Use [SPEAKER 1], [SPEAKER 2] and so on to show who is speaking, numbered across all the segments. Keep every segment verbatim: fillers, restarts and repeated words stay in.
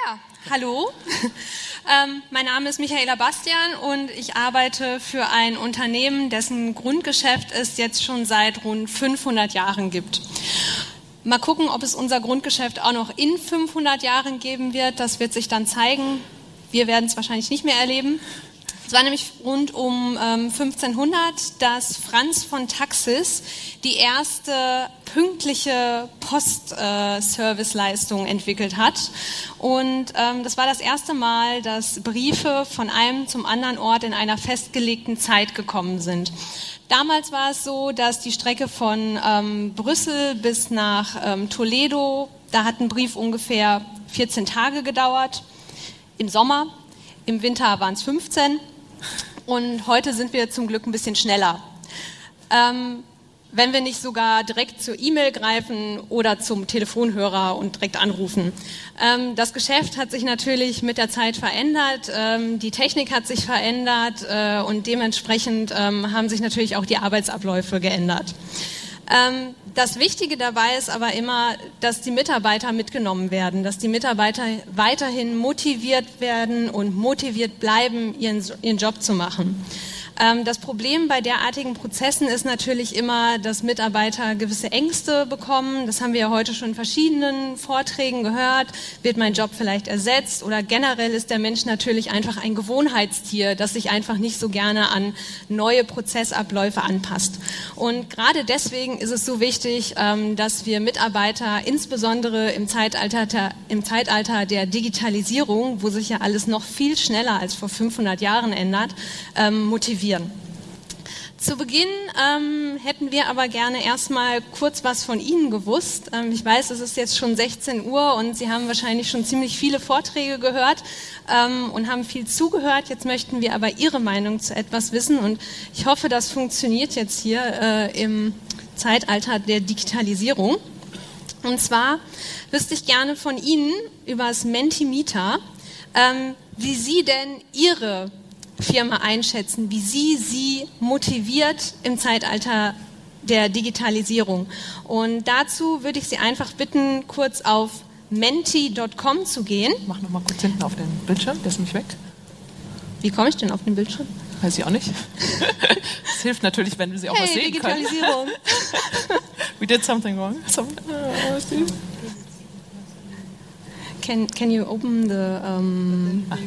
[SPEAKER 1] Ja, hallo. ähm, mein Name ist Michaela Bastian und ich arbeite für ein Unternehmen, dessen Grundgeschäft es jetzt schon seit rund fünfhundert Jahren gibt. Mal gucken, ob es unser Grundgeschäft auch noch in fünfhundert Jahren geben wird. Das wird sich dann zeigen. Wir werden es wahrscheinlich nicht mehr erleben. Es war nämlich rund um ähm, fünfzehnhundert, dass Franz von Taxis die erste pünktliche Postserviceleistung äh, entwickelt hat. Und ähm, das war das erste Mal, dass Briefe von einem zum anderen Ort in einer festgelegten Zeit gekommen sind. Damals war es so, dass die Strecke von ähm, Brüssel bis nach ähm, Toledo, da hat ein Brief ungefähr vierzehn Tage gedauert, im Sommer. Im Winter waren es fünfzehn. Und heute sind wir zum Glück ein bisschen schneller. Ähm, wenn wir nicht sogar direkt zur E-Mail greifen oder zum Telefonhörer und direkt anrufen. Ähm, das Geschäft hat sich natürlich mit der Zeit verändert, ähm, die Technik hat sich verändert äh, und dementsprechend ähm, haben sich natürlich auch die Arbeitsabläufe geändert. Ähm, das Wichtige dabei ist aber immer, dass die Mitarbeiter mitgenommen werden, dass die Mitarbeiter weiterhin motiviert werden und motiviert bleiben, ihren, ihren Job zu machen. Ähm, das Problem bei derartigen Prozessen ist natürlich immer, dass Mitarbeiter gewisse Ängste bekommen. Das haben wir ja heute schon in verschiedenen Vorträgen gehört. Wird mein Job vielleicht ersetzt? Oder generell ist der Mensch natürlich einfach ein Gewohnheitstier, das sich einfach nicht so gerne an neue Prozessabläufe anpasst. Und gerade deswegen ist es so wichtig, ähm, dass wir Mitarbeiter insbesondere im Zeitalter, im Zeitalter der Digitalisierung, wo sich ja alles noch viel schneller als vor fünfhundert Jahren ändert, ähm, motivieren. Zu Beginn ähm, hätten wir aber gerne erstmal kurz was von Ihnen gewusst. Ähm, ich weiß, es ist jetzt schon sechzehn Uhr und Sie haben wahrscheinlich schon ziemlich viele Vorträge gehört ähm, und haben viel zugehört. Jetzt möchten wir aber Ihre Meinung zu etwas wissen und ich hoffe, das funktioniert jetzt hier äh, im Zeitalter der Digitalisierung. Und zwar wüsste ich gerne von Ihnen über das Mentimeter, ähm, wie Sie denn Ihre Firma einschätzen, wie sie sie motiviert im Zeitalter der Digitalisierung. Und dazu würde ich Sie einfach bitten, kurz auf menti punkt com zu gehen.
[SPEAKER 2] Mach noch mal kurz hinten auf den Bildschirm, der ist nämlich weg.
[SPEAKER 1] Wie komme ich denn auf den Bildschirm?
[SPEAKER 2] Weiß ich auch nicht. Es hilft natürlich, wenn Sie auch
[SPEAKER 1] hey,
[SPEAKER 2] was sehen können.
[SPEAKER 1] Digitalisierung.
[SPEAKER 2] We did something wrong. Some, uh,
[SPEAKER 1] can, can you open the... Um ah.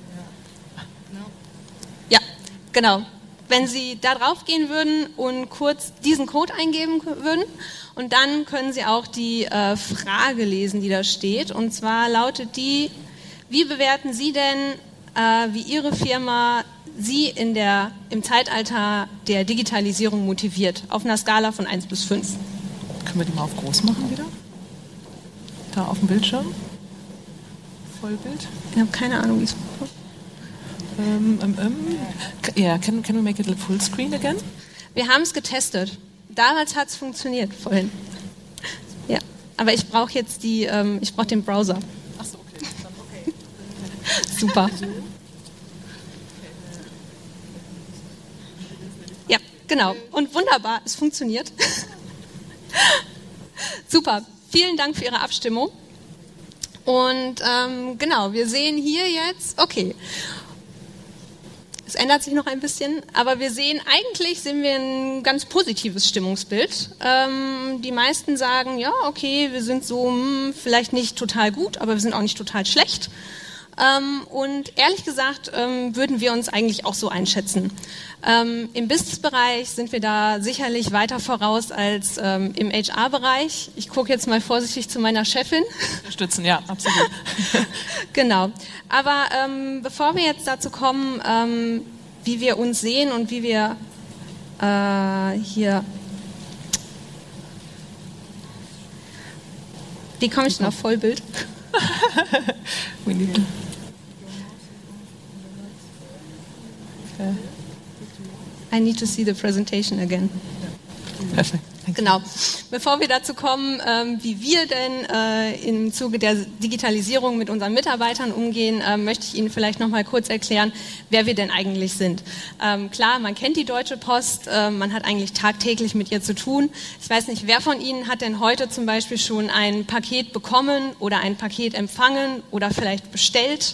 [SPEAKER 1] Genau. Wenn Sie da drauf gehen würden und kurz diesen Code eingeben würden und dann können Sie auch die äh, Frage lesen, die da steht. Und zwar lautet die, wie bewerten Sie denn, äh, wie Ihre Firma Sie in der, im Zeitalter der Digitalisierung motiviert? Auf einer Skala von eins bis fünf.
[SPEAKER 2] Können wir die mal auf groß machen wieder? Da auf dem Bildschirm? Vollbild?
[SPEAKER 1] Ich habe keine Ahnung, wie es funktioniert.
[SPEAKER 2] Um, um, um. Yeah, can, can we make it full screen again?
[SPEAKER 1] Wir haben es getestet. Damals hat es funktioniert vorhin. Ja, aber ich brauche jetzt die, ähm, ich brauche den Browser.
[SPEAKER 2] Ach so, okay. Dann okay.
[SPEAKER 1] Super. Ja, genau. Und wunderbar, es funktioniert. Super. Vielen Dank für Ihre Abstimmung. Und ähm, genau, wir sehen hier jetzt, okay. Es ändert sich noch ein bisschen, aber wir sehen, eigentlich sehen wir ein ganz positives Stimmungsbild. Ähm, die meisten sagen, ja, okay, wir sind so mh, vielleicht nicht total gut, aber wir sind auch nicht total schlecht. Ähm, und ehrlich gesagt ähm, würden wir uns eigentlich auch so einschätzen. Ähm, Im Business-Bereich sind wir da sicherlich weiter voraus als ähm, im H R-Bereich. Ich gucke jetzt mal vorsichtig zu meiner Chefin.
[SPEAKER 2] Unterstützen, ja, absolut.
[SPEAKER 1] Genau. Aber ähm, bevor wir jetzt dazu kommen, ähm, wie wir uns sehen und wie wir äh, hier... Wie komme ich denn auf Vollbild?
[SPEAKER 2] We need to.
[SPEAKER 1] I need to see the presentation again.
[SPEAKER 2] Perfect. Thanks.
[SPEAKER 1] Genau. Bevor wir dazu kommen, ähm, wie wir denn äh, im Zuge der Digitalisierung mit unseren Mitarbeitern umgehen, äh, möchte ich Ihnen vielleicht noch mal kurz erklären, wer wir denn eigentlich sind. Ähm, klar, man kennt die Deutsche Post, äh, man hat eigentlich tagtäglich mit ihr zu tun. Ich weiß nicht, wer von Ihnen hat denn heute zum Beispiel schon ein Paket bekommen oder ein Paket empfangen oder vielleicht bestellt?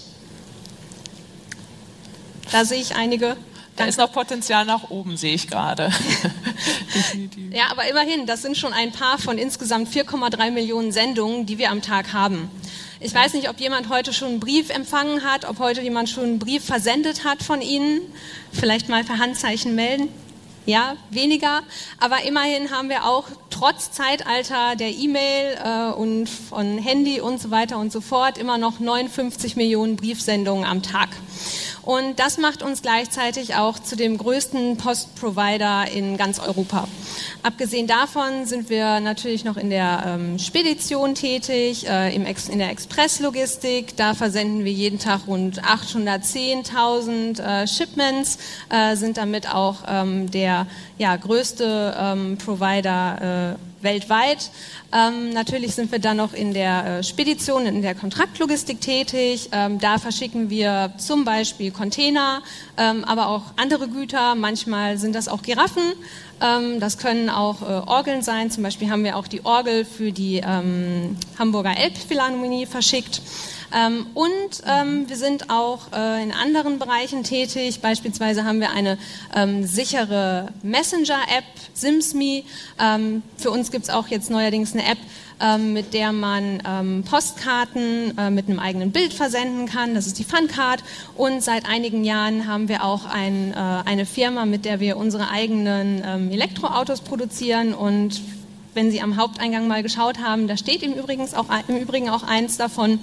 [SPEAKER 1] Da sehe ich einige.
[SPEAKER 2] Da ist noch Potenzial nach oben, sehe ich gerade.
[SPEAKER 1] Definitiv. Ja, aber immerhin, das sind schon ein paar von insgesamt vier Komma drei Millionen Sendungen, die wir am Tag haben. Ich ja. weiß nicht, ob jemand heute schon einen Brief empfangen hat, ob heute jemand schon einen Brief versendet hat von Ihnen. Vielleicht mal per Handzeichen melden. Ja, weniger. Aber immerhin haben wir auch trotz Zeitalter der E-Mail äh, und von Handy und so weiter und so fort immer noch neunundfünfzig Millionen Briefsendungen am Tag. Und das macht uns gleichzeitig auch zu dem größten Postprovider in ganz Europa. Abgesehen davon sind wir natürlich noch in der ähm, Spedition tätig, äh, im Ex- in der Expresslogistik. Da versenden wir jeden Tag rund achthundertzehntausend äh, Shipments, äh, sind damit auch ähm, der ja, größte ähm, Provider äh, weltweit. Ähm, natürlich sind wir dann noch in der äh, Spedition, in der Kontraktlogistik tätig. Ähm, da verschicken wir zum Beispiel Container, ähm, aber auch andere Güter. Manchmal sind das auch Giraffen. Ähm, das können auch äh, Orgeln sein. Zum Beispiel haben wir auch die Orgel für die ähm, Hamburger Elbphilharmonie verschickt. Ähm, und ähm, wir sind auch äh, in anderen Bereichen tätig. Beispielsweise haben wir eine ähm, sichere Messenger-App, SimsMe. Ähm, für uns gibt es auch jetzt neuerdings eine App, ähm, mit der man ähm, Postkarten äh, mit einem eigenen Bild versenden kann. Das ist die Funcard. Und seit einigen Jahren haben wir auch ein, äh, eine Firma, mit der wir unsere eigenen ähm, Elektroautos produzieren. Und wenn Sie am Haupteingang mal geschaut haben, da steht im Übrigen auch, im Übrigen auch eins davon.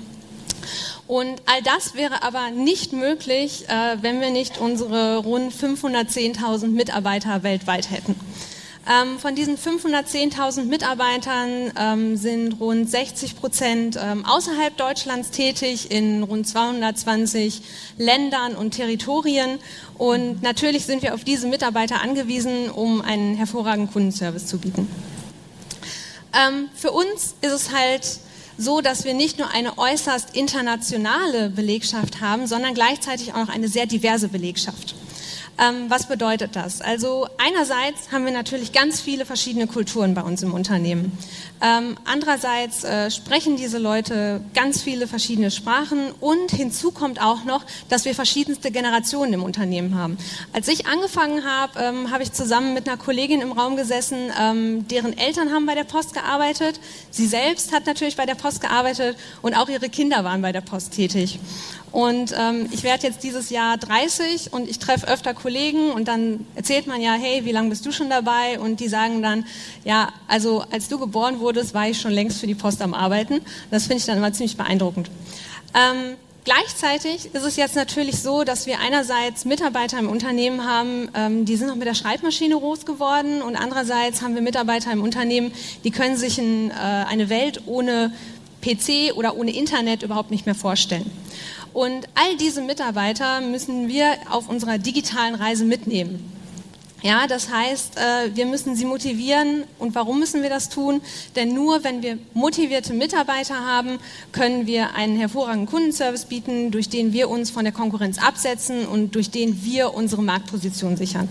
[SPEAKER 1] Und all das wäre aber nicht möglich, äh, wenn wir nicht unsere rund fünfhundertzehntausend Mitarbeiter weltweit hätten. Ähm, von diesen fünfhundertzehntausend Mitarbeitern ähm, sind rund sechzig Prozent ähm, außerhalb Deutschlands tätig, in rund zweihundertzwanzig Ländern und Territorien. Und natürlich sind wir auf diese Mitarbeiter angewiesen, um einen hervorragenden Kundenservice zu bieten. Ähm, für uns ist es halt so, dass wir nicht nur eine äußerst internationale Belegschaft haben, sondern gleichzeitig auch noch eine sehr diverse Belegschaft. Ähm, was bedeutet das? Also einerseits haben wir natürlich ganz viele verschiedene Kulturen bei uns im Unternehmen. Ähm, andererseits äh, sprechen diese Leute ganz viele verschiedene Sprachen und hinzu kommt auch noch, dass wir verschiedenste Generationen im Unternehmen haben. Als ich angefangen habe, ähm, habe ich zusammen mit einer Kollegin im Raum gesessen, ähm, deren Eltern haben bei der Post gearbeitet. Sie selbst hat natürlich bei der Post gearbeitet und auch ihre Kinder waren bei der Post tätig. Und ähm, ich werde jetzt dieses Jahr dreißig und ich treffe öfter Kollegen und dann erzählt man ja, hey, wie lange bist du schon dabei? Und die sagen dann, ja, also als du geboren wurdest, war ich schon längst für die Post am Arbeiten. Das finde ich dann immer ziemlich beeindruckend. Ähm, Gleichzeitig ist es jetzt natürlich so, dass wir einerseits Mitarbeiter im Unternehmen haben, ähm, die sind noch mit der Schreibmaschine groß geworden und andererseits haben wir Mitarbeiter im Unternehmen, die können sich ein, äh, eine Welt ohne P C oder ohne Internet überhaupt nicht mehr vorstellen. Und all diese Mitarbeiter müssen wir auf unserer digitalen Reise mitnehmen. Ja, das heißt, wir müssen sie motivieren. Und warum müssen wir das tun? Denn nur wenn wir motivierte Mitarbeiter haben, können wir einen hervorragenden Kundenservice bieten, durch den wir uns von der Konkurrenz absetzen und durch den wir unsere Marktposition sichern.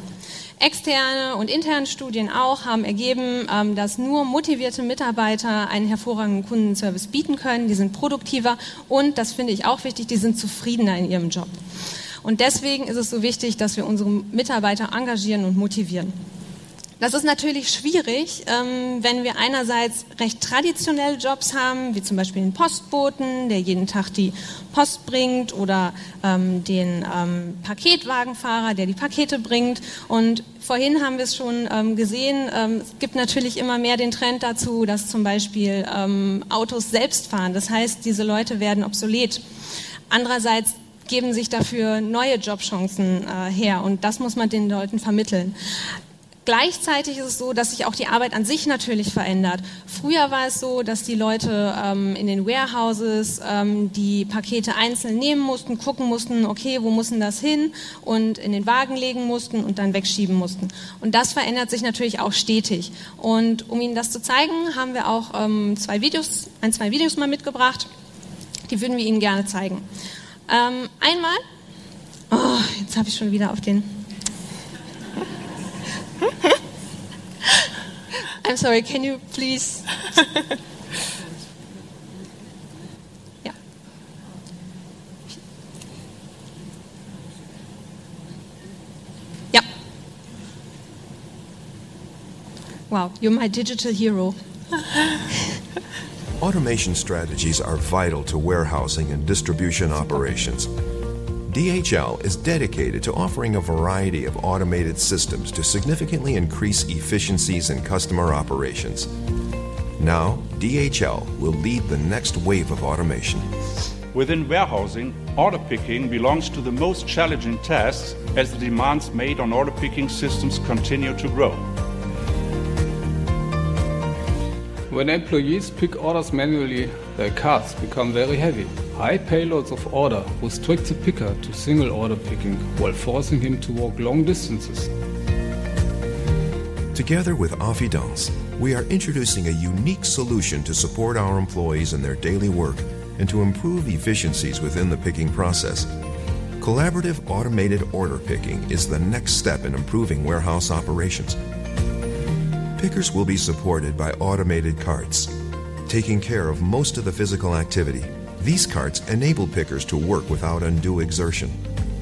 [SPEAKER 1] Externe und interne Studien auch haben ergeben, dass nur motivierte Mitarbeiter einen hervorragenden Kundenservice bieten können. Die sind produktiver und, das finde ich auch wichtig, die sind zufriedener in ihrem Job. Und deswegen ist es so wichtig, dass wir unsere Mitarbeiter engagieren und motivieren. Das ist natürlich schwierig, ähm, wenn wir einerseits recht traditionelle Jobs haben, wie zum Beispiel den Postboten, der jeden Tag die Post bringt, oder ähm, den ähm, Paketwagenfahrer, der die Pakete bringt. Und vorhin haben wir es schon ähm, gesehen, ähm, es gibt natürlich immer mehr den Trend dazu, dass zum Beispiel ähm, Autos selbst fahren. Das heißt, diese Leute werden obsolet. Andererseits geben sich dafür neue Jobchancen äh, her und das muss man den Leuten vermitteln. Gleichzeitig ist es so, dass sich auch die Arbeit an sich natürlich verändert. Früher war es so, dass die Leute ähm, in den Warehouses ähm, die Pakete einzeln nehmen mussten, gucken mussten, okay, wo muss denn das hin, und in den Wagen legen mussten und dann wegschieben mussten. Und das verändert sich natürlich auch stetig. Und um Ihnen das zu zeigen, haben wir auch ähm, zwei Videos, ein, zwei Videos mal mitgebracht. Die würden wir Ihnen gerne zeigen. Ähm, einmal, oh, jetzt habe ich schon wieder auf den... I'm sorry, can you please... Ja. Ja. Wow, you're my digital hero.
[SPEAKER 3] Automation strategies are vital to warehousing and distribution operations. D H L is dedicated to offering a variety of automated systems to significantly increase efficiencies in customer operations. Now, D H L will lead the next wave of automation.
[SPEAKER 4] Within warehousing, order picking belongs to the most challenging tasks as the demands made on order picking systems continue to grow.
[SPEAKER 5] When employees pick orders manually, their carts become very heavy. High payloads of order restrict the picker to single order picking while forcing him to walk long distances.
[SPEAKER 3] Together with Affidance, we are introducing a unique solution to support our employees in their daily work and to improve efficiencies within the picking process. Collaborative automated order picking is the next step in improving warehouse operations. Pickers will be supported by automated carts, taking care of most of the physical activity. These carts enable pickers to work without undue exertion.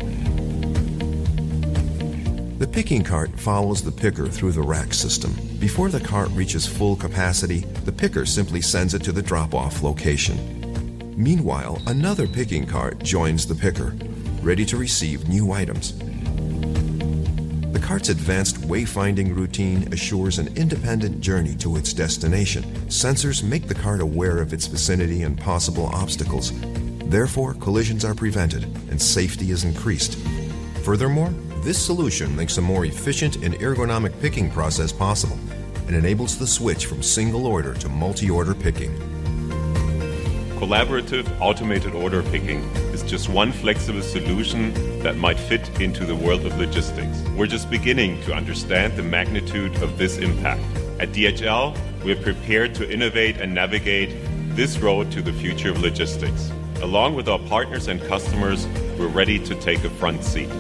[SPEAKER 3] The picking cart follows the picker through the rack system. Before the cart reaches full capacity, the picker simply sends it to the drop-off location. Meanwhile, another picking cart joins the picker, ready to receive new items. The cart's advanced wayfinding routine assures an independent journey to its destination. Sensors make the cart aware of its vicinity and possible obstacles. Therefore, collisions are prevented and safety is increased. Furthermore, this solution makes a more efficient and ergonomic picking process possible and enables the switch from single order to multi-order picking.
[SPEAKER 6] Collaborative automated order picking is just one flexible solution that might fit into the world of logistics. We're just beginning to understand the magnitude of this impact. At D H L, we're prepared to innovate and navigate this road to the future of logistics. Along with our partners and customers, we're ready to take a front seat.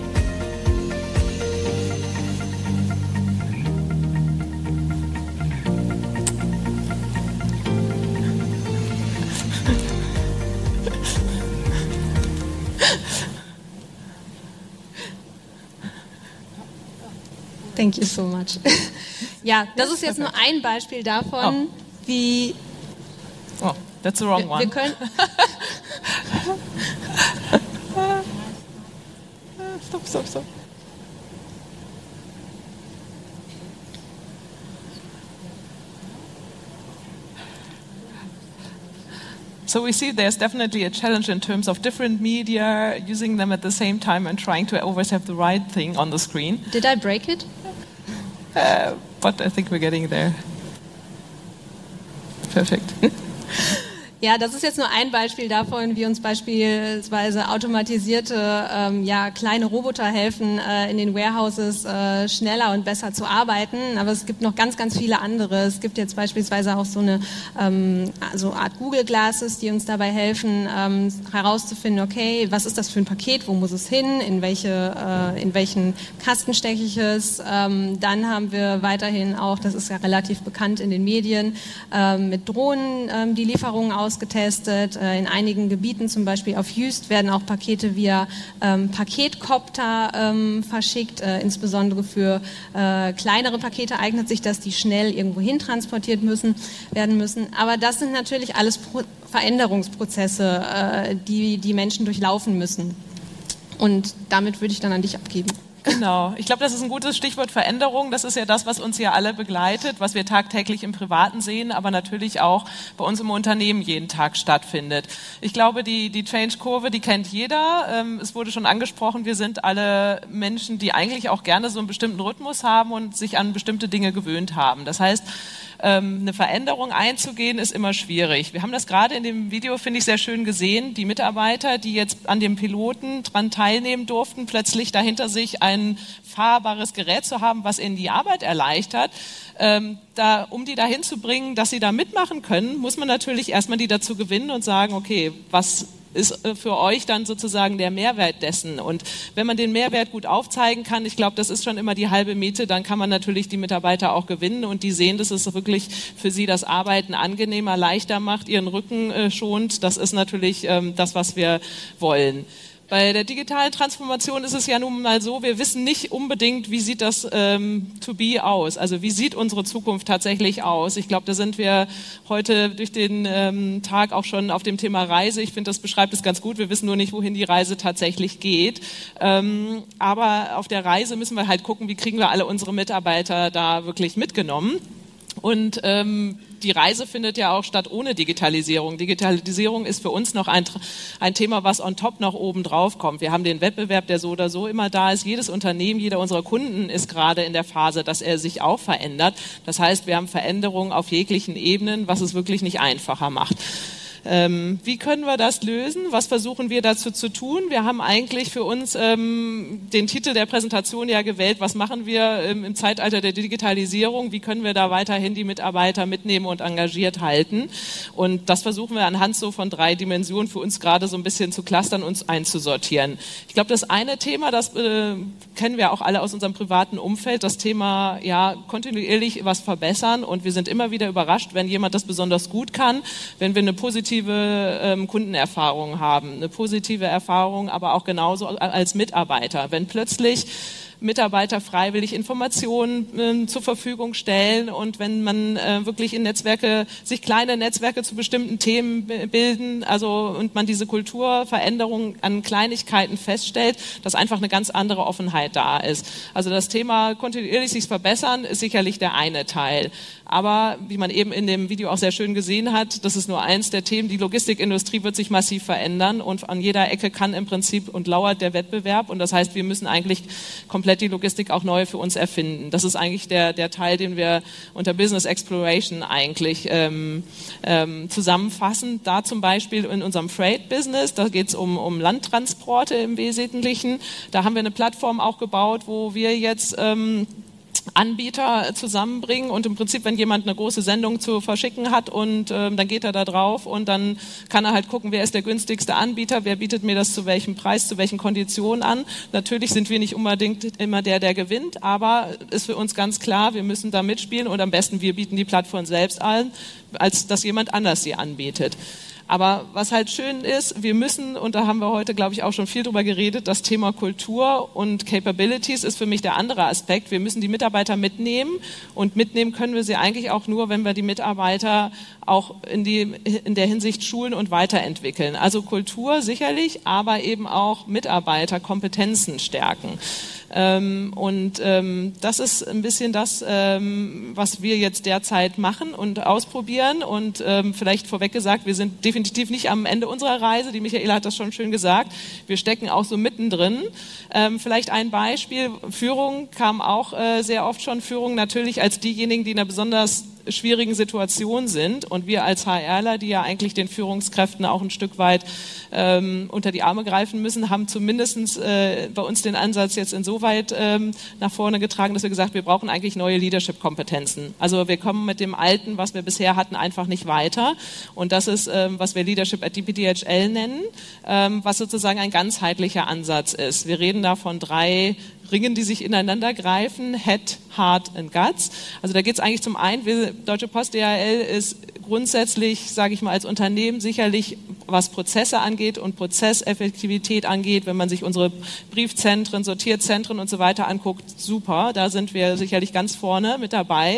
[SPEAKER 1] Thank you so much. Ja, das ist jetzt nur ein Beispiel davon,
[SPEAKER 2] oh.
[SPEAKER 1] wie...
[SPEAKER 2] Oh, that's the wrong
[SPEAKER 1] wir,
[SPEAKER 2] one.
[SPEAKER 1] Wir können...
[SPEAKER 2] stop, stop, stop. So we see there's definitely a challenge in terms of different media, using them at the same time and trying to always have the right thing on the screen.
[SPEAKER 1] Did I break it?
[SPEAKER 2] Uh, but I think we're getting there. Perfect.
[SPEAKER 1] Ja, das ist jetzt nur ein Beispiel davon, wie uns beispielsweise automatisierte ähm, ja, kleine Roboter helfen, äh, in den Warehouses äh, schneller und besser zu arbeiten. Aber es gibt noch ganz, ganz viele andere. Es gibt jetzt beispielsweise auch so eine ähm, so Art Google Glasses, die uns dabei helfen, ähm, herauszufinden, okay, was ist das für ein Paket, wo muss es hin, in welche, äh, in welchen Kasten stecke ich es. Ähm, dann haben wir weiterhin auch, das ist ja relativ bekannt in den Medien, äh, mit Drohnen äh, die Lieferungen aus ausgetestet. In einigen Gebieten, zum Beispiel auf Jüst, werden auch Pakete via ähm, Paketkopter ähm, verschickt. Äh, insbesondere für äh, kleinere Pakete eignet sich das, die schnell irgendwo hin transportiert müssen, werden müssen. Aber das sind natürlich alles Pro- Veränderungsprozesse, äh, die die Menschen durchlaufen müssen. Und damit würde ich dann an dich abgeben.
[SPEAKER 2] Genau. Ich glaube, das ist ein gutes Stichwort Veränderung. Das ist ja das, was uns ja alle begleitet, was wir tagtäglich im Privaten sehen, aber natürlich auch bei uns im Unternehmen jeden Tag stattfindet. Ich glaube, die, die Change-Kurve, die kennt jeder. Ähm, es wurde schon angesprochen, wir sind alle Menschen, die eigentlich auch gerne so einen bestimmten Rhythmus haben und sich an bestimmte Dinge gewöhnt haben. Das heißt, eine Veränderung einzugehen, ist immer schwierig. Wir haben das gerade in dem Video, finde ich, sehr schön gesehen. Die Mitarbeiter, die jetzt an dem Piloten dran teilnehmen durften, plötzlich dahinter sich ein fahrbares Gerät zu haben, was ihnen die Arbeit erleichtert. Ähm, da, um die dahin zu bringen, dass sie da mitmachen können, muss man natürlich erstmal die dazu gewinnen und sagen, okay, was ist für euch dann sozusagen der Mehrwert dessen. Und wenn man den Mehrwert gut aufzeigen kann, ich glaube, das ist schon immer die halbe Miete, dann kann man natürlich die Mitarbeiter auch gewinnen und die sehen, dass es wirklich für sie das Arbeiten angenehmer, leichter macht, ihren Rücken äh, schont. Das ist natürlich ähm, das, was wir wollen. Bei der digitalen Transformation ist es ja nun mal so, wir wissen nicht unbedingt, wie sieht das ähm, to be aus, also wie sieht unsere Zukunft tatsächlich aus. Ich glaube, da sind wir heute durch den ähm, Tag auch schon auf dem Thema Reise. Ich finde, das beschreibt es ganz gut. Wir wissen nur nicht, wohin die Reise tatsächlich geht. Ähm, aber auf der Reise müssen wir halt gucken, wie kriegen wir alle unsere Mitarbeiter da wirklich mitgenommen. Und ähm, die Reise findet ja auch statt ohne Digitalisierung. Digitalisierung ist für uns noch ein, ein Thema, was on top noch oben drauf kommt. Wir haben den Wettbewerb, der so oder so immer da ist. Jedes Unternehmen, jeder unserer Kunden ist gerade in der Phase, dass er sich auch verändert. Das heißt, wir haben Veränderungen auf jeglichen Ebenen, was es wirklich nicht einfacher macht. Ähm, wie können wir das lösen? Was versuchen wir dazu zu tun? Wir haben eigentlich für uns ähm, den Titel der Präsentation ja gewählt, was machen wir ähm, im Zeitalter der Digitalisierung? Wie können wir da weiterhin die Mitarbeiter mitnehmen und engagiert halten? Und das versuchen wir anhand so von drei Dimensionen für uns gerade so ein bisschen zu clustern und einzusortieren. Ich glaube, das eine Thema, das äh, kennen wir auch alle aus unserem privaten Umfeld, das Thema ja kontinuierlich was verbessern und wir sind immer wieder überrascht, wenn jemand das besonders gut kann, wenn wir eine positive Ähm, Kundenerfahrung haben, eine positive Erfahrung, aber auch genauso als Mitarbeiter. Wenn plötzlich Mitarbeiter freiwillig Informationen äh, zur Verfügung stellen und wenn man äh, wirklich in Netzwerke, sich kleine Netzwerke zu bestimmten Themen b- bilden, also und man diese Kulturveränderung an Kleinigkeiten feststellt, dass einfach eine ganz andere Offenheit da ist. Also das Thema kontinuierlich sich verbessern ist sicherlich der eine Teil. Aber wie man eben in dem Video auch sehr schön gesehen hat, das ist nur eins der Themen, die Logistikindustrie wird sich massiv verändern und an jeder Ecke kann im Prinzip und lauert der Wettbewerb und das heißt, wir müssen eigentlich komplett die Logistik auch neu für uns erfinden. Das ist eigentlich der, der Teil, den wir unter Business Exploration eigentlich ähm, ähm, zusammenfassen. Da zum Beispiel in unserem Freight-Business, da geht es um, um Landtransporte im Wesentlichen. Da haben wir eine Plattform auch gebaut, wo wir jetzt ähm, Anbieter zusammenbringen und im Prinzip, wenn jemand eine große Sendung zu verschicken hat und ähm, dann geht er da drauf und dann kann er halt gucken, wer ist der günstigste Anbieter, wer bietet mir das zu welchem Preis, zu welchen Konditionen an. Natürlich sind wir nicht unbedingt immer der, der gewinnt, aber ist für uns ganz klar, wir müssen da mitspielen und am besten wir bieten die Plattform selbst an, als dass jemand anders sie anbietet. Aber was halt schön ist, wir müssen, und da haben wir heute, glaube ich, auch schon viel drüber geredet, das Thema Kultur und Capabilities ist für mich der andere Aspekt. Wir müssen die Mitarbeiter mitnehmen und mitnehmen können wir sie eigentlich auch nur, wenn wir die Mitarbeiter auch in, die, in der Hinsicht schulen und weiterentwickeln. Also Kultur sicherlich, aber eben auch Mitarbeiterkompetenzen stärken. Ähm, und ähm, das ist ein bisschen das, ähm, was wir jetzt derzeit machen und ausprobieren. Und ähm, vielleicht vorweg gesagt, wir sind definitiv nicht am Ende unserer Reise. Die Michaela hat das schon schön gesagt. Wir stecken auch so mittendrin. Ähm, vielleicht ein Beispiel. Führung kam auch äh, sehr oft schon. Führung natürlich als diejenigen, die in einer besonders schwierigen Situation sind und wir als HRler, die ja eigentlich den Führungskräften auch ein Stück weit ähm, unter die Arme greifen müssen, haben zumindest äh, bei uns den Ansatz jetzt insoweit ähm, nach vorne getragen, dass wir gesagt, wir brauchen eigentlich neue Leadership-Kompetenzen. Also wir kommen mit dem Alten, was wir bisher hatten, einfach nicht weiter und das ist, ähm, was wir Leadership at D P D H L nennen, ähm, was sozusagen ein ganzheitlicher Ansatz ist. Wir reden da von drei Ringen, die sich ineinander greifen, Head, Heart and Guts. Also da geht es eigentlich zum einen, wir, Deutsche Post D H L ist grundsätzlich, sage ich mal, als Unternehmen sicherlich, was Prozesse angeht und Prozesseffektivität angeht, wenn man sich unsere Briefzentren, Sortierzentren und so weiter anguckt, super, da sind wir sicherlich ganz vorne mit dabei.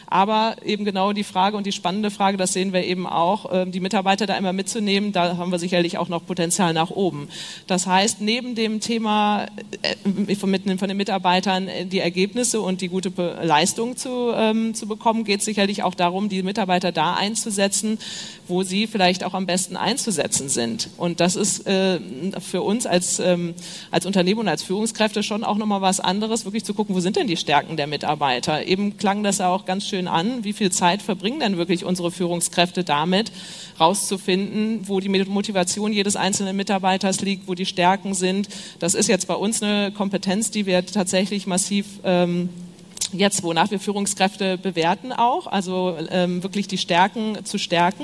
[SPEAKER 2] Aber eben genau die Frage und die spannende Frage, das sehen wir eben auch, äh, die Mitarbeiter da immer mitzunehmen, da haben wir sicherlich auch noch Potenzial nach oben. Das heißt, neben dem Thema äh, von, mit, von den Mitarbeitern äh, die Ergebnisse und die gute Be- Leistung zu, ähm, zu bekommen, geht es sicherlich auch darum, die Mitarbeiter da einzusetzen, wo sie vielleicht auch am besten einzusetzen sind. Und das ist äh, für uns als, ähm, als Unternehmen und als Führungskräfte schon auch nochmal was anderes, wirklich zu gucken, wo sind denn die Stärken der Mitarbeiter? Eben klang das ja auch ganz schön an, wie viel Zeit verbringen denn wirklich unsere Führungskräfte damit, rauszufinden, wo die Motivation jedes einzelnen Mitarbeiters liegt, wo die Stärken sind. Das ist jetzt bei uns eine Kompetenz, die wir tatsächlich massiv ähm, jetzt, wonach wir Führungskräfte bewerten auch, also ähm, wirklich die Stärken zu stärken.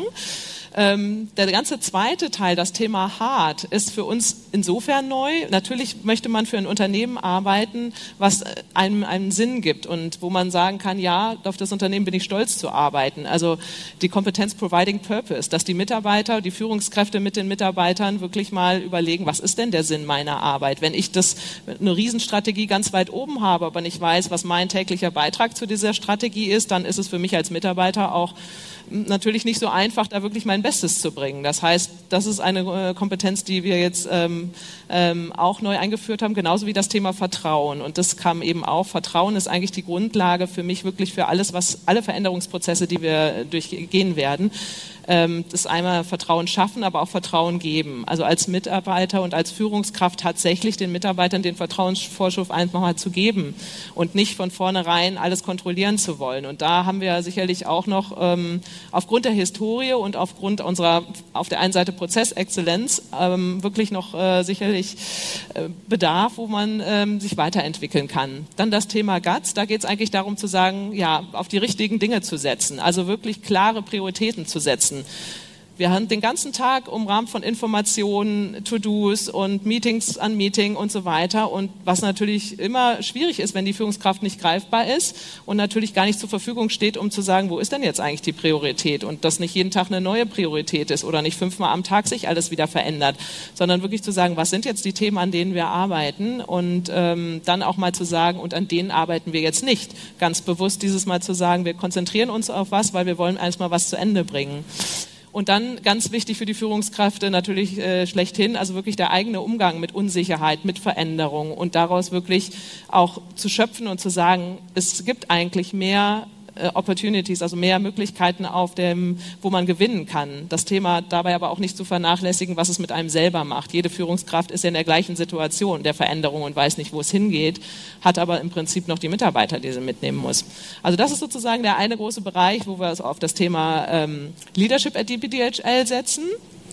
[SPEAKER 2] Ähm, der ganze zweite Teil, das Thema Hard, ist für uns insofern neu. Natürlich möchte man für ein Unternehmen arbeiten, was einem einen Sinn gibt und wo man sagen kann, ja, auf das Unternehmen bin ich stolz zu arbeiten. Also die Kompetenz Providing Purpose, dass die Mitarbeiter, die Führungskräfte mit den Mitarbeitern wirklich mal überlegen, was ist denn der Sinn meiner Arbeit? Wenn ich das, eine Riesenstrategie ganz weit oben habe, aber nicht weiß, was mein täglicher Beitrag zu dieser Strategie ist, dann ist es für mich als Mitarbeiter auch natürlich nicht so einfach, da wirklich mein Bestes zu bringen. Das heißt, das ist eine äh, Kompetenz, die wir jetzt ähm, ähm, auch neu eingeführt haben, genauso wie das Thema Vertrauen. Und das kam eben auch. Vertrauen ist eigentlich die Grundlage für mich wirklich für alles, was alle Veränderungsprozesse, die wir durchgehen werden. Ähm, das einmal Vertrauen schaffen, aber auch Vertrauen geben. Also als Mitarbeiter und als Führungskraft tatsächlich den Mitarbeitern den Vertrauensvorschuss einfach mal zu geben und nicht von vornherein alles kontrollieren zu wollen. Und da haben wir sicherlich auch noch ähm, aufgrund der Historie und aufgrund unserer auf der einen Seite Prozessexzellenz ähm, wirklich noch äh, sicherlich äh, Bedarf, wo man ähm, sich weiterentwickeln kann. Dann das Thema Guts, da geht es eigentlich darum zu sagen, ja, auf die richtigen Dinge zu setzen, also wirklich klare Prioritäten zu setzen. Wir haben den ganzen Tag umrahmt von Informationen, To-Dos und Meetings an Meeting und so weiter. Und was natürlich immer schwierig ist, wenn die Führungskraft nicht greifbar ist und natürlich gar nicht zur Verfügung steht, um zu sagen, wo ist denn jetzt eigentlich die Priorität? Und dass nicht jeden Tag eine neue Priorität ist oder nicht fünfmal am Tag sich alles wieder verändert, sondern wirklich zu sagen, was sind jetzt die Themen, an denen wir arbeiten? Und ähm, dann auch mal zu sagen, und an denen arbeiten wir jetzt nicht. Ganz bewusst dieses Mal zu sagen, wir konzentrieren uns auf was, weil wir wollen erstmal was zu Ende bringen. Und dann ganz wichtig für die Führungskräfte natürlich äh, schlechthin, also wirklich der eigene Umgang mit Unsicherheit, mit Veränderung und daraus wirklich auch zu schöpfen und zu sagen, es gibt eigentlich mehr äh, Opportunities, also mehr Möglichkeiten auf dem, wo man gewinnen kann. Das Thema dabei aber auch nicht zu vernachlässigen, was es mit einem selber macht. Jede Führungskraft ist ja in der gleichen Situation der Veränderung und weiß nicht, wo es hingeht, hat aber im Prinzip noch die Mitarbeiter, die sie mitnehmen muss. Also das ist sozusagen der eine große Bereich, wo wir also auf das Thema ähm, Leadership at D P D H L setzen.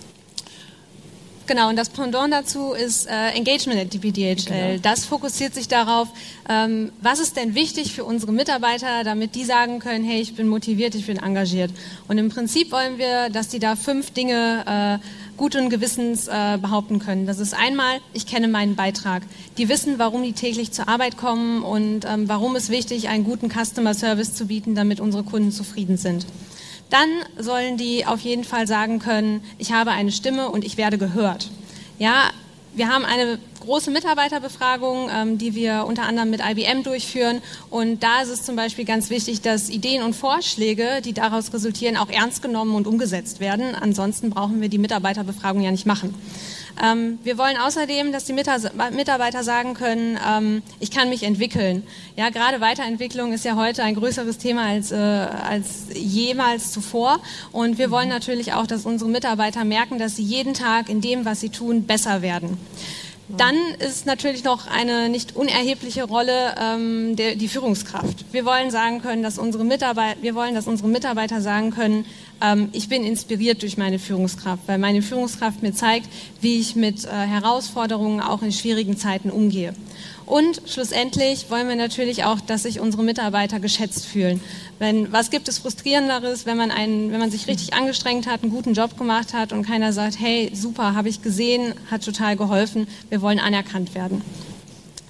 [SPEAKER 1] Genau, und das Pendant dazu ist äh, Engagement at D P D H L.
[SPEAKER 2] Genau.
[SPEAKER 1] Das fokussiert sich darauf, ähm, was ist denn wichtig für unsere Mitarbeiter, damit die sagen können, hey, ich bin motiviert, ich bin engagiert. Und im Prinzip wollen wir, dass die da fünf Dinge äh, guten Gewissens äh, behaupten können. Das ist einmal, ich kenne meinen Beitrag. Die wissen, warum die täglich zur Arbeit kommen und ähm, warum es wichtig ist, einen guten Customer Service zu bieten, damit unsere Kunden zufrieden sind. Dann sollen die auf jeden Fall sagen können, ich habe eine Stimme und ich werde gehört. Ja, wir haben eine große Mitarbeiterbefragung, ähm, die wir unter anderem mit I B M durchführen. Und da ist es zum Beispiel ganz wichtig, dass Ideen und Vorschläge, die daraus resultieren, auch ernst genommen und umgesetzt werden. Ansonsten brauchen wir die Mitarbeiterbefragung ja nicht machen. Ähm, wir wollen außerdem, dass die Mitarbeiter sagen können, ähm, ich kann mich entwickeln. Ja, gerade Weiterentwicklung ist ja heute ein größeres Thema als, äh, als jemals zuvor. Und wir wollen natürlich auch, dass unsere Mitarbeiter merken, dass sie jeden Tag in dem, was sie tun, besser werden. Dann ist natürlich noch eine nicht unerhebliche Rolle ähm, der, die Führungskraft. Wir wollen sagen können, dass unsere Mitarbeiter, wir wollen, dass unsere Mitarbeiter sagen können, ähm, ich bin inspiriert durch meine Führungskraft, weil meine Führungskraft mir zeigt, wie ich mit äh, Herausforderungen auch in schwierigen Zeiten umgehe. Und schlussendlich wollen wir natürlich auch, dass sich unsere Mitarbeiter geschätzt fühlen. Wenn, was gibt es Frustrierenderes, wenn man, einen, wenn man sich richtig angestrengt hat, einen guten Job gemacht hat und keiner sagt, hey, super, habe ich gesehen, hat total geholfen, wir wollen anerkannt werden.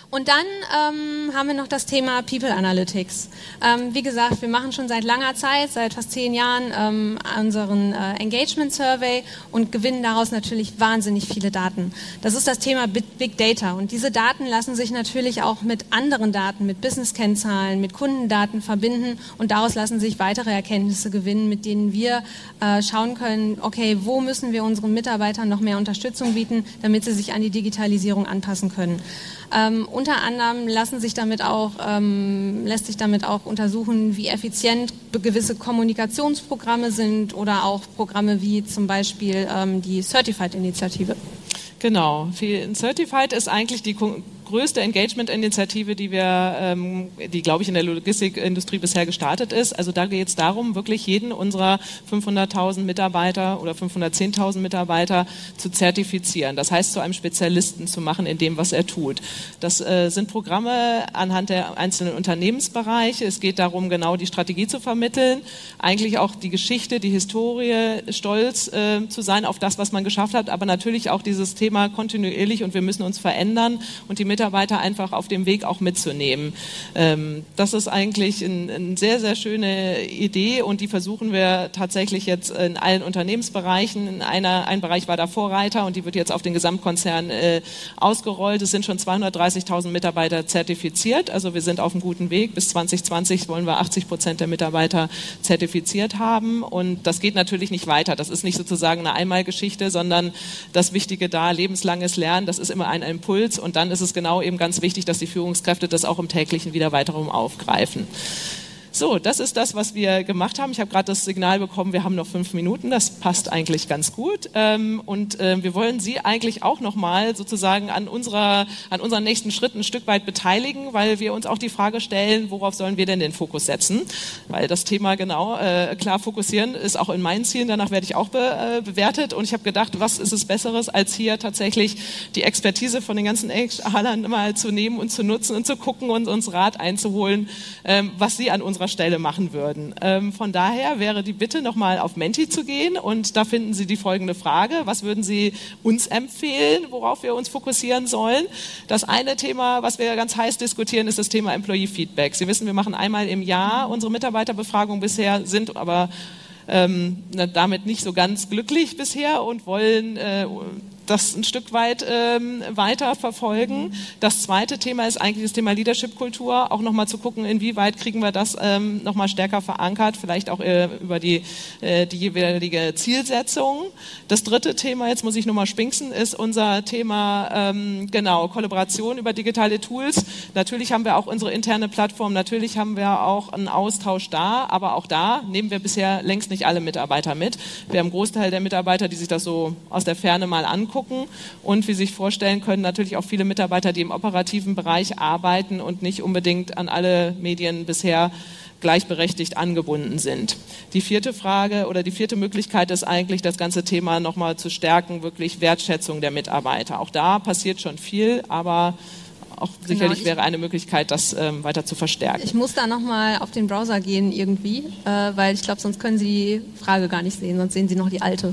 [SPEAKER 1] Und dann ähm, haben wir noch das Thema People Analytics. Ähm, wie gesagt, wir machen schon seit langer Zeit, seit fast zehn Jahren, ähm, unseren äh, Engagement Survey und gewinnen daraus natürlich wahnsinnig viele Daten. Das ist das Thema Big Data. Und diese Daten lassen sich natürlich auch mit anderen Daten, mit Business-Kennzahlen, mit Kundendaten verbinden und daraus lassen sich weitere Erkenntnisse gewinnen, mit denen wir äh, schauen können, okay, wo müssen wir unseren Mitarbeitern noch mehr Unterstützung bieten, damit sie sich an die Digitalisierung anpassen können. Ähm, unter anderem lassen sich damit auch, ähm, lässt sich damit auch untersuchen, wie effizient gewisse Kommunikationsprogramme sind oder auch Programme wie zum Beispiel ähm, die Certified-Initiative.
[SPEAKER 2] Genau, Certified ist eigentlich die größte Engagement-Initiative, die wir, ähm, die glaube ich in der Logistikindustrie bisher gestartet ist. Also da geht es darum, wirklich jeden unserer fünfhunderttausend Mitarbeiter oder fünfhundertzehntausend Mitarbeiter zu zertifizieren. Das heißt, zu einem Spezialisten zu machen in dem, was er tut. Das äh, sind Programme anhand der einzelnen Unternehmensbereiche. Es geht darum, genau die Strategie zu vermitteln, eigentlich auch die Geschichte, die Historie, stolz äh, zu sein auf das, was man geschafft hat, aber natürlich auch dieses Thema kontinuierlich und wir müssen uns verändern und die Mitarbeiter einfach auf dem Weg auch mitzunehmen. Ähm, das ist eigentlich eine ein sehr, sehr schöne Idee und die versuchen wir tatsächlich jetzt in allen Unternehmensbereichen. In einer, ein Bereich war da Vorreiter und die wird jetzt auf den Gesamtkonzern äh, ausgerollt. Es sind schon zweihundertdreißigtausend Mitarbeiter zertifiziert, also wir sind auf einem guten Weg. Bis zwanzig zwanzig wollen wir achtzig Prozent der Mitarbeiter zertifiziert haben und das geht natürlich nicht weiter. Das ist nicht sozusagen eine Einmalgeschichte, sondern das Wichtige da, lebenslanges Lernen, das ist immer ein Impuls und dann ist es genau eben ganz wichtig, dass die Führungskräfte das auch im täglichen wieder weiterum aufgreifen. So, das ist das, was wir gemacht haben. Ich habe gerade das Signal bekommen, wir haben noch fünf Minuten. Das passt eigentlich ganz gut. Ähm, und äh, wir wollen Sie eigentlich auch nochmal sozusagen an unserer, an unseren nächsten Schritten ein Stück weit beteiligen, weil wir uns auch die Frage stellen, worauf sollen wir denn den Fokus setzen? Weil das Thema genau äh, klar fokussieren ist auch in meinen Zielen. Danach werde ich auch be, äh, bewertet. Und ich habe gedacht, was ist es Besseres, als hier tatsächlich die Expertise von den ganzen H R-Lern mal zu nehmen und zu nutzen und zu gucken und uns Rat einzuholen, ähm, was Sie an unserer Stelle machen würden. Ähm, von daher wäre die Bitte, nochmal auf Menti zu gehen und da finden Sie die folgende Frage. Was würden Sie uns empfehlen, worauf wir uns fokussieren sollen? Das eine Thema, was wir ganz heiß diskutieren, ist das Thema Employee Feedback. Sie wissen, wir machen einmal im Jahr unsere Mitarbeiterbefragung bisher, sind aber ähm, damit nicht so ganz glücklich bisher und wollen äh, das ein Stück weit ähm, weiter verfolgen. Das zweite Thema ist eigentlich das Thema Leadership-Kultur, auch nochmal zu gucken, inwieweit kriegen wir das ähm, nochmal stärker verankert, vielleicht auch äh, über die, äh, die jeweilige Zielsetzung. Das dritte Thema, jetzt muss ich nochmal spinksen, ist unser Thema, ähm, genau, Kollaboration über digitale Tools. Natürlich haben wir auch unsere interne Plattform, natürlich haben wir auch einen Austausch da, aber auch da nehmen wir bisher längst nicht alle Mitarbeiter mit. Wir haben einen Großteil der Mitarbeiter, die sich das so aus der Ferne mal angucken. Und wie Sie sich vorstellen können, natürlich auch viele Mitarbeiter, die im operativen Bereich arbeiten und nicht unbedingt an alle Medien bisher gleichberechtigt angebunden sind. Die vierte Frage oder die vierte Möglichkeit ist eigentlich, das ganze Thema nochmal zu stärken, wirklich Wertschätzung der Mitarbeiter. Auch da passiert schon viel, aber auch sicherlich genau, wäre eine Möglichkeit, das ähm, weiter zu verstärken.
[SPEAKER 1] Ich muss da nochmal auf den Browser gehen irgendwie, äh, weil ich glaube, sonst können Sie die Frage gar nicht sehen, sonst sehen Sie noch die alte.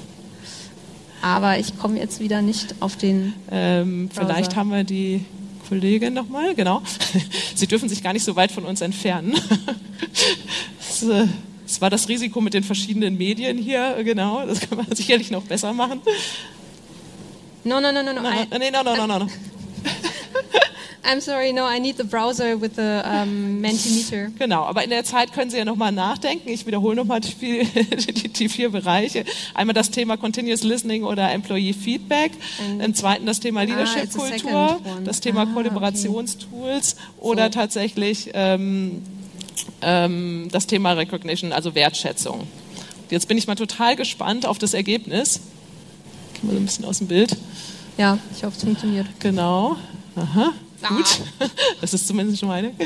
[SPEAKER 1] Aber ich komme jetzt wieder nicht auf den
[SPEAKER 2] ähm, Vielleicht haben wir die Kollegin nochmal, genau. Sie dürfen sich gar nicht so weit von uns entfernen. Das, äh, das war das Risiko mit den verschiedenen Medien hier, genau. Das kann man sicherlich noch besser machen.
[SPEAKER 1] No, no, no, no, no.
[SPEAKER 2] No,
[SPEAKER 1] I,
[SPEAKER 2] no, no, no, no, no.
[SPEAKER 1] I'm sorry, no, I need the browser with the um, Mentimeter.
[SPEAKER 2] Genau, aber in der Zeit können Sie ja nochmal nachdenken. Ich wiederhole nochmal die, die, die vier Bereiche. Einmal das Thema Continuous Listening oder Employee Feedback. And Im zweiten das Thema Leadership-Kultur,
[SPEAKER 1] ah,
[SPEAKER 2] das Thema ah, Kollaborationstools okay. oder so. tatsächlich ähm, ähm, das Thema Recognition, also Wertschätzung. Jetzt bin ich mal total gespannt auf das Ergebnis. Gehen wir so ein bisschen aus dem Bild.
[SPEAKER 1] Ja, ich hoffe, es funktioniert.
[SPEAKER 2] Genau. Aha. Gut, das ist zumindest schon meine.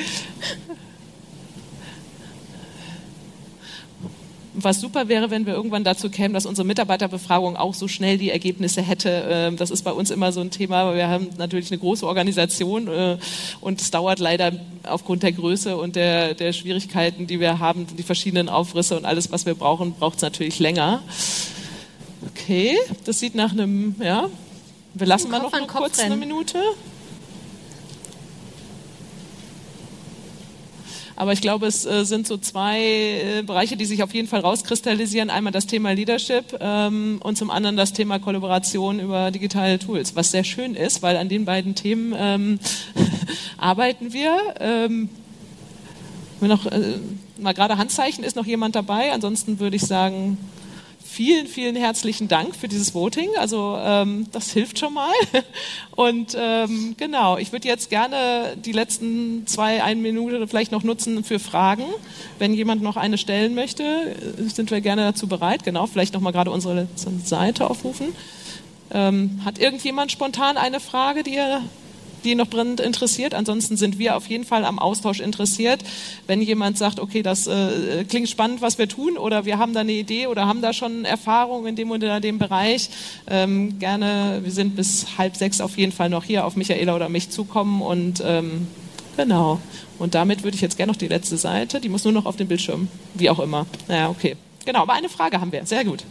[SPEAKER 2] Was super wäre, wenn wir irgendwann dazu kämen, dass unsere Mitarbeiterbefragung auch so schnell die Ergebnisse hätte. Das ist bei uns immer so ein Thema, weil wir haben natürlich eine große Organisation und es dauert leider aufgrund der Größe und der, der Schwierigkeiten, die wir haben, die verschiedenen Aufrisse und alles, was wir brauchen, braucht es natürlich länger. Okay, das sieht nach einem, ja, wir lassen mal noch mal kurz eine Minute. Aber ich glaube, es äh, sind so zwei äh, Bereiche, die sich auf jeden Fall rauskristallisieren. Einmal das Thema Leadership ähm, und zum anderen das Thema Kollaboration über digitale Tools, was sehr schön ist, weil an den beiden Themen ähm, arbeiten wir. Ähm, noch, äh, mal gerade Handzeichen, ist noch jemand dabei? Ansonsten würde ich sagen, vielen, vielen herzlichen Dank für dieses Voting. Also ähm, das hilft schon mal. Und ähm, genau, ich würde jetzt gerne die letzten zwei, eine Minute vielleicht noch nutzen für Fragen. Wenn jemand noch eine stellen möchte, sind wir gerne dazu bereit. Genau, vielleicht noch mal gerade unsere Seite aufrufen. Ähm, hat irgendjemand spontan eine Frage, die er die noch brennend interessiert? Ansonsten sind wir auf jeden Fall am Austausch interessiert. Wenn jemand sagt, okay, das äh, klingt spannend, was wir tun, oder wir haben da eine Idee oder haben da schon Erfahrung in dem oder dem Bereich, ähm, gerne, wir sind bis halb sechs auf jeden Fall noch hier, auf Michaela oder mich zukommen und ähm, genau. Und damit würde ich jetzt gerne noch die letzte Seite, die muss nur noch auf den Bildschirm, wie auch immer. Naja, okay. Genau, aber eine Frage haben wir. Sehr gut.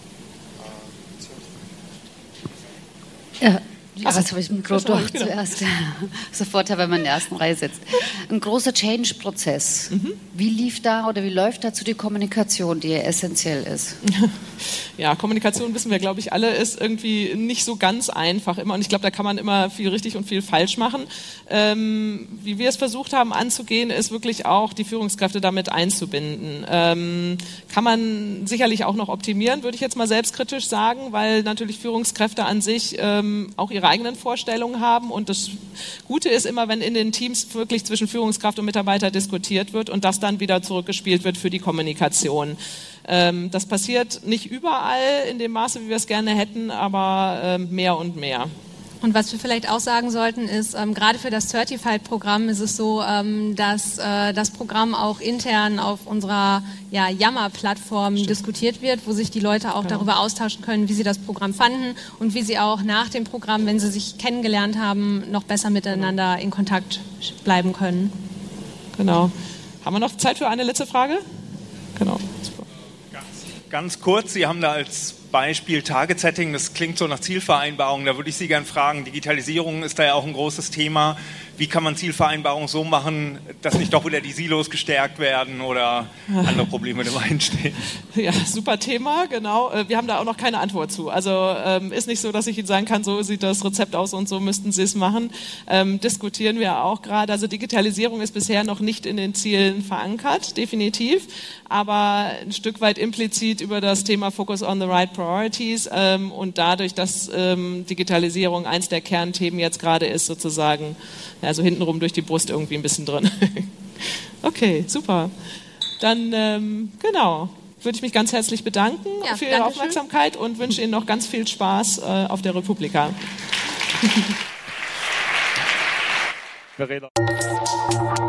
[SPEAKER 7] Ja. Ja, jetzt habe ich das Mikro doch zuerst. Sofort, wenn man in der ersten Reihe sitzt. Ein großer Change-Prozess. Mhm. Wie lief da oder wie läuft dazu die Kommunikation, die ja essentiell ist?
[SPEAKER 2] Ja, Kommunikation, wissen wir, glaube ich, alle, ist irgendwie nicht so ganz einfach immer. Und ich glaube, da kann man immer viel richtig und viel falsch machen. Ähm, wie wir es versucht haben anzugehen, ist wirklich auch die Führungskräfte damit einzubinden. Ähm, kann man sicherlich auch noch optimieren, würde ich jetzt mal selbstkritisch sagen, weil natürlich Führungskräfte an sich ähm, auch ihre eigenen Vorstellungen haben. Und das Gute ist immer, wenn in den Teams wirklich zwischen Führungskraft und Mitarbeiter diskutiert wird und das dann wieder zurückgespielt wird für die Kommunikation. Ähm, das passiert nicht überall in dem Maße, wie wir es gerne hätten, aber ähm, mehr und mehr.
[SPEAKER 1] Und was wir vielleicht auch sagen sollten, ist, ähm, gerade für das Certified-Programm ist es so, ähm, dass äh, das Programm auch intern auf unserer ja, Yammer-Plattform Stimmt. diskutiert wird, wo sich die Leute auch genau. darüber austauschen können, wie sie das Programm fanden und wie sie auch nach dem Programm, wenn sie sich kennengelernt haben, noch besser miteinander in Kontakt bleiben können.
[SPEAKER 2] Genau. Haben wir noch Zeit für eine letzte Frage? Genau. Super.
[SPEAKER 8] Ganz, ganz kurz, Sie haben da als Beispiel Target-Setting, das klingt so nach Zielvereinbarung, da würde ich Sie gerne fragen, Digitalisierung ist da ja auch ein großes Thema. Wie kann man Zielvereinbarungen so machen, dass nicht doch wieder die Silos gestärkt werden oder andere Probleme dabei entstehen?
[SPEAKER 2] Ja, super Thema, genau. Wir haben da auch noch keine Antwort zu. Also ähm, ist nicht so, dass ich Ihnen sagen kann, so sieht das Rezept aus und so müssten Sie es machen. Ähm, diskutieren wir auch gerade. Also Digitalisierung ist bisher noch nicht in den Zielen verankert, definitiv, aber ein Stück weit implizit über das Thema Focus on the Right Priorities ähm, und dadurch, dass ähm, Digitalisierung eins der Kernthemen jetzt gerade ist, sozusagen, also hintenrum durch die Brust irgendwie ein bisschen drin. Okay, super. Dann, ähm, genau, würde ich mich ganz herzlich bedanken ja, für Ihre Aufmerksamkeit und wünsche Ihnen noch ganz viel Spaß äh, auf der Republika. Verena.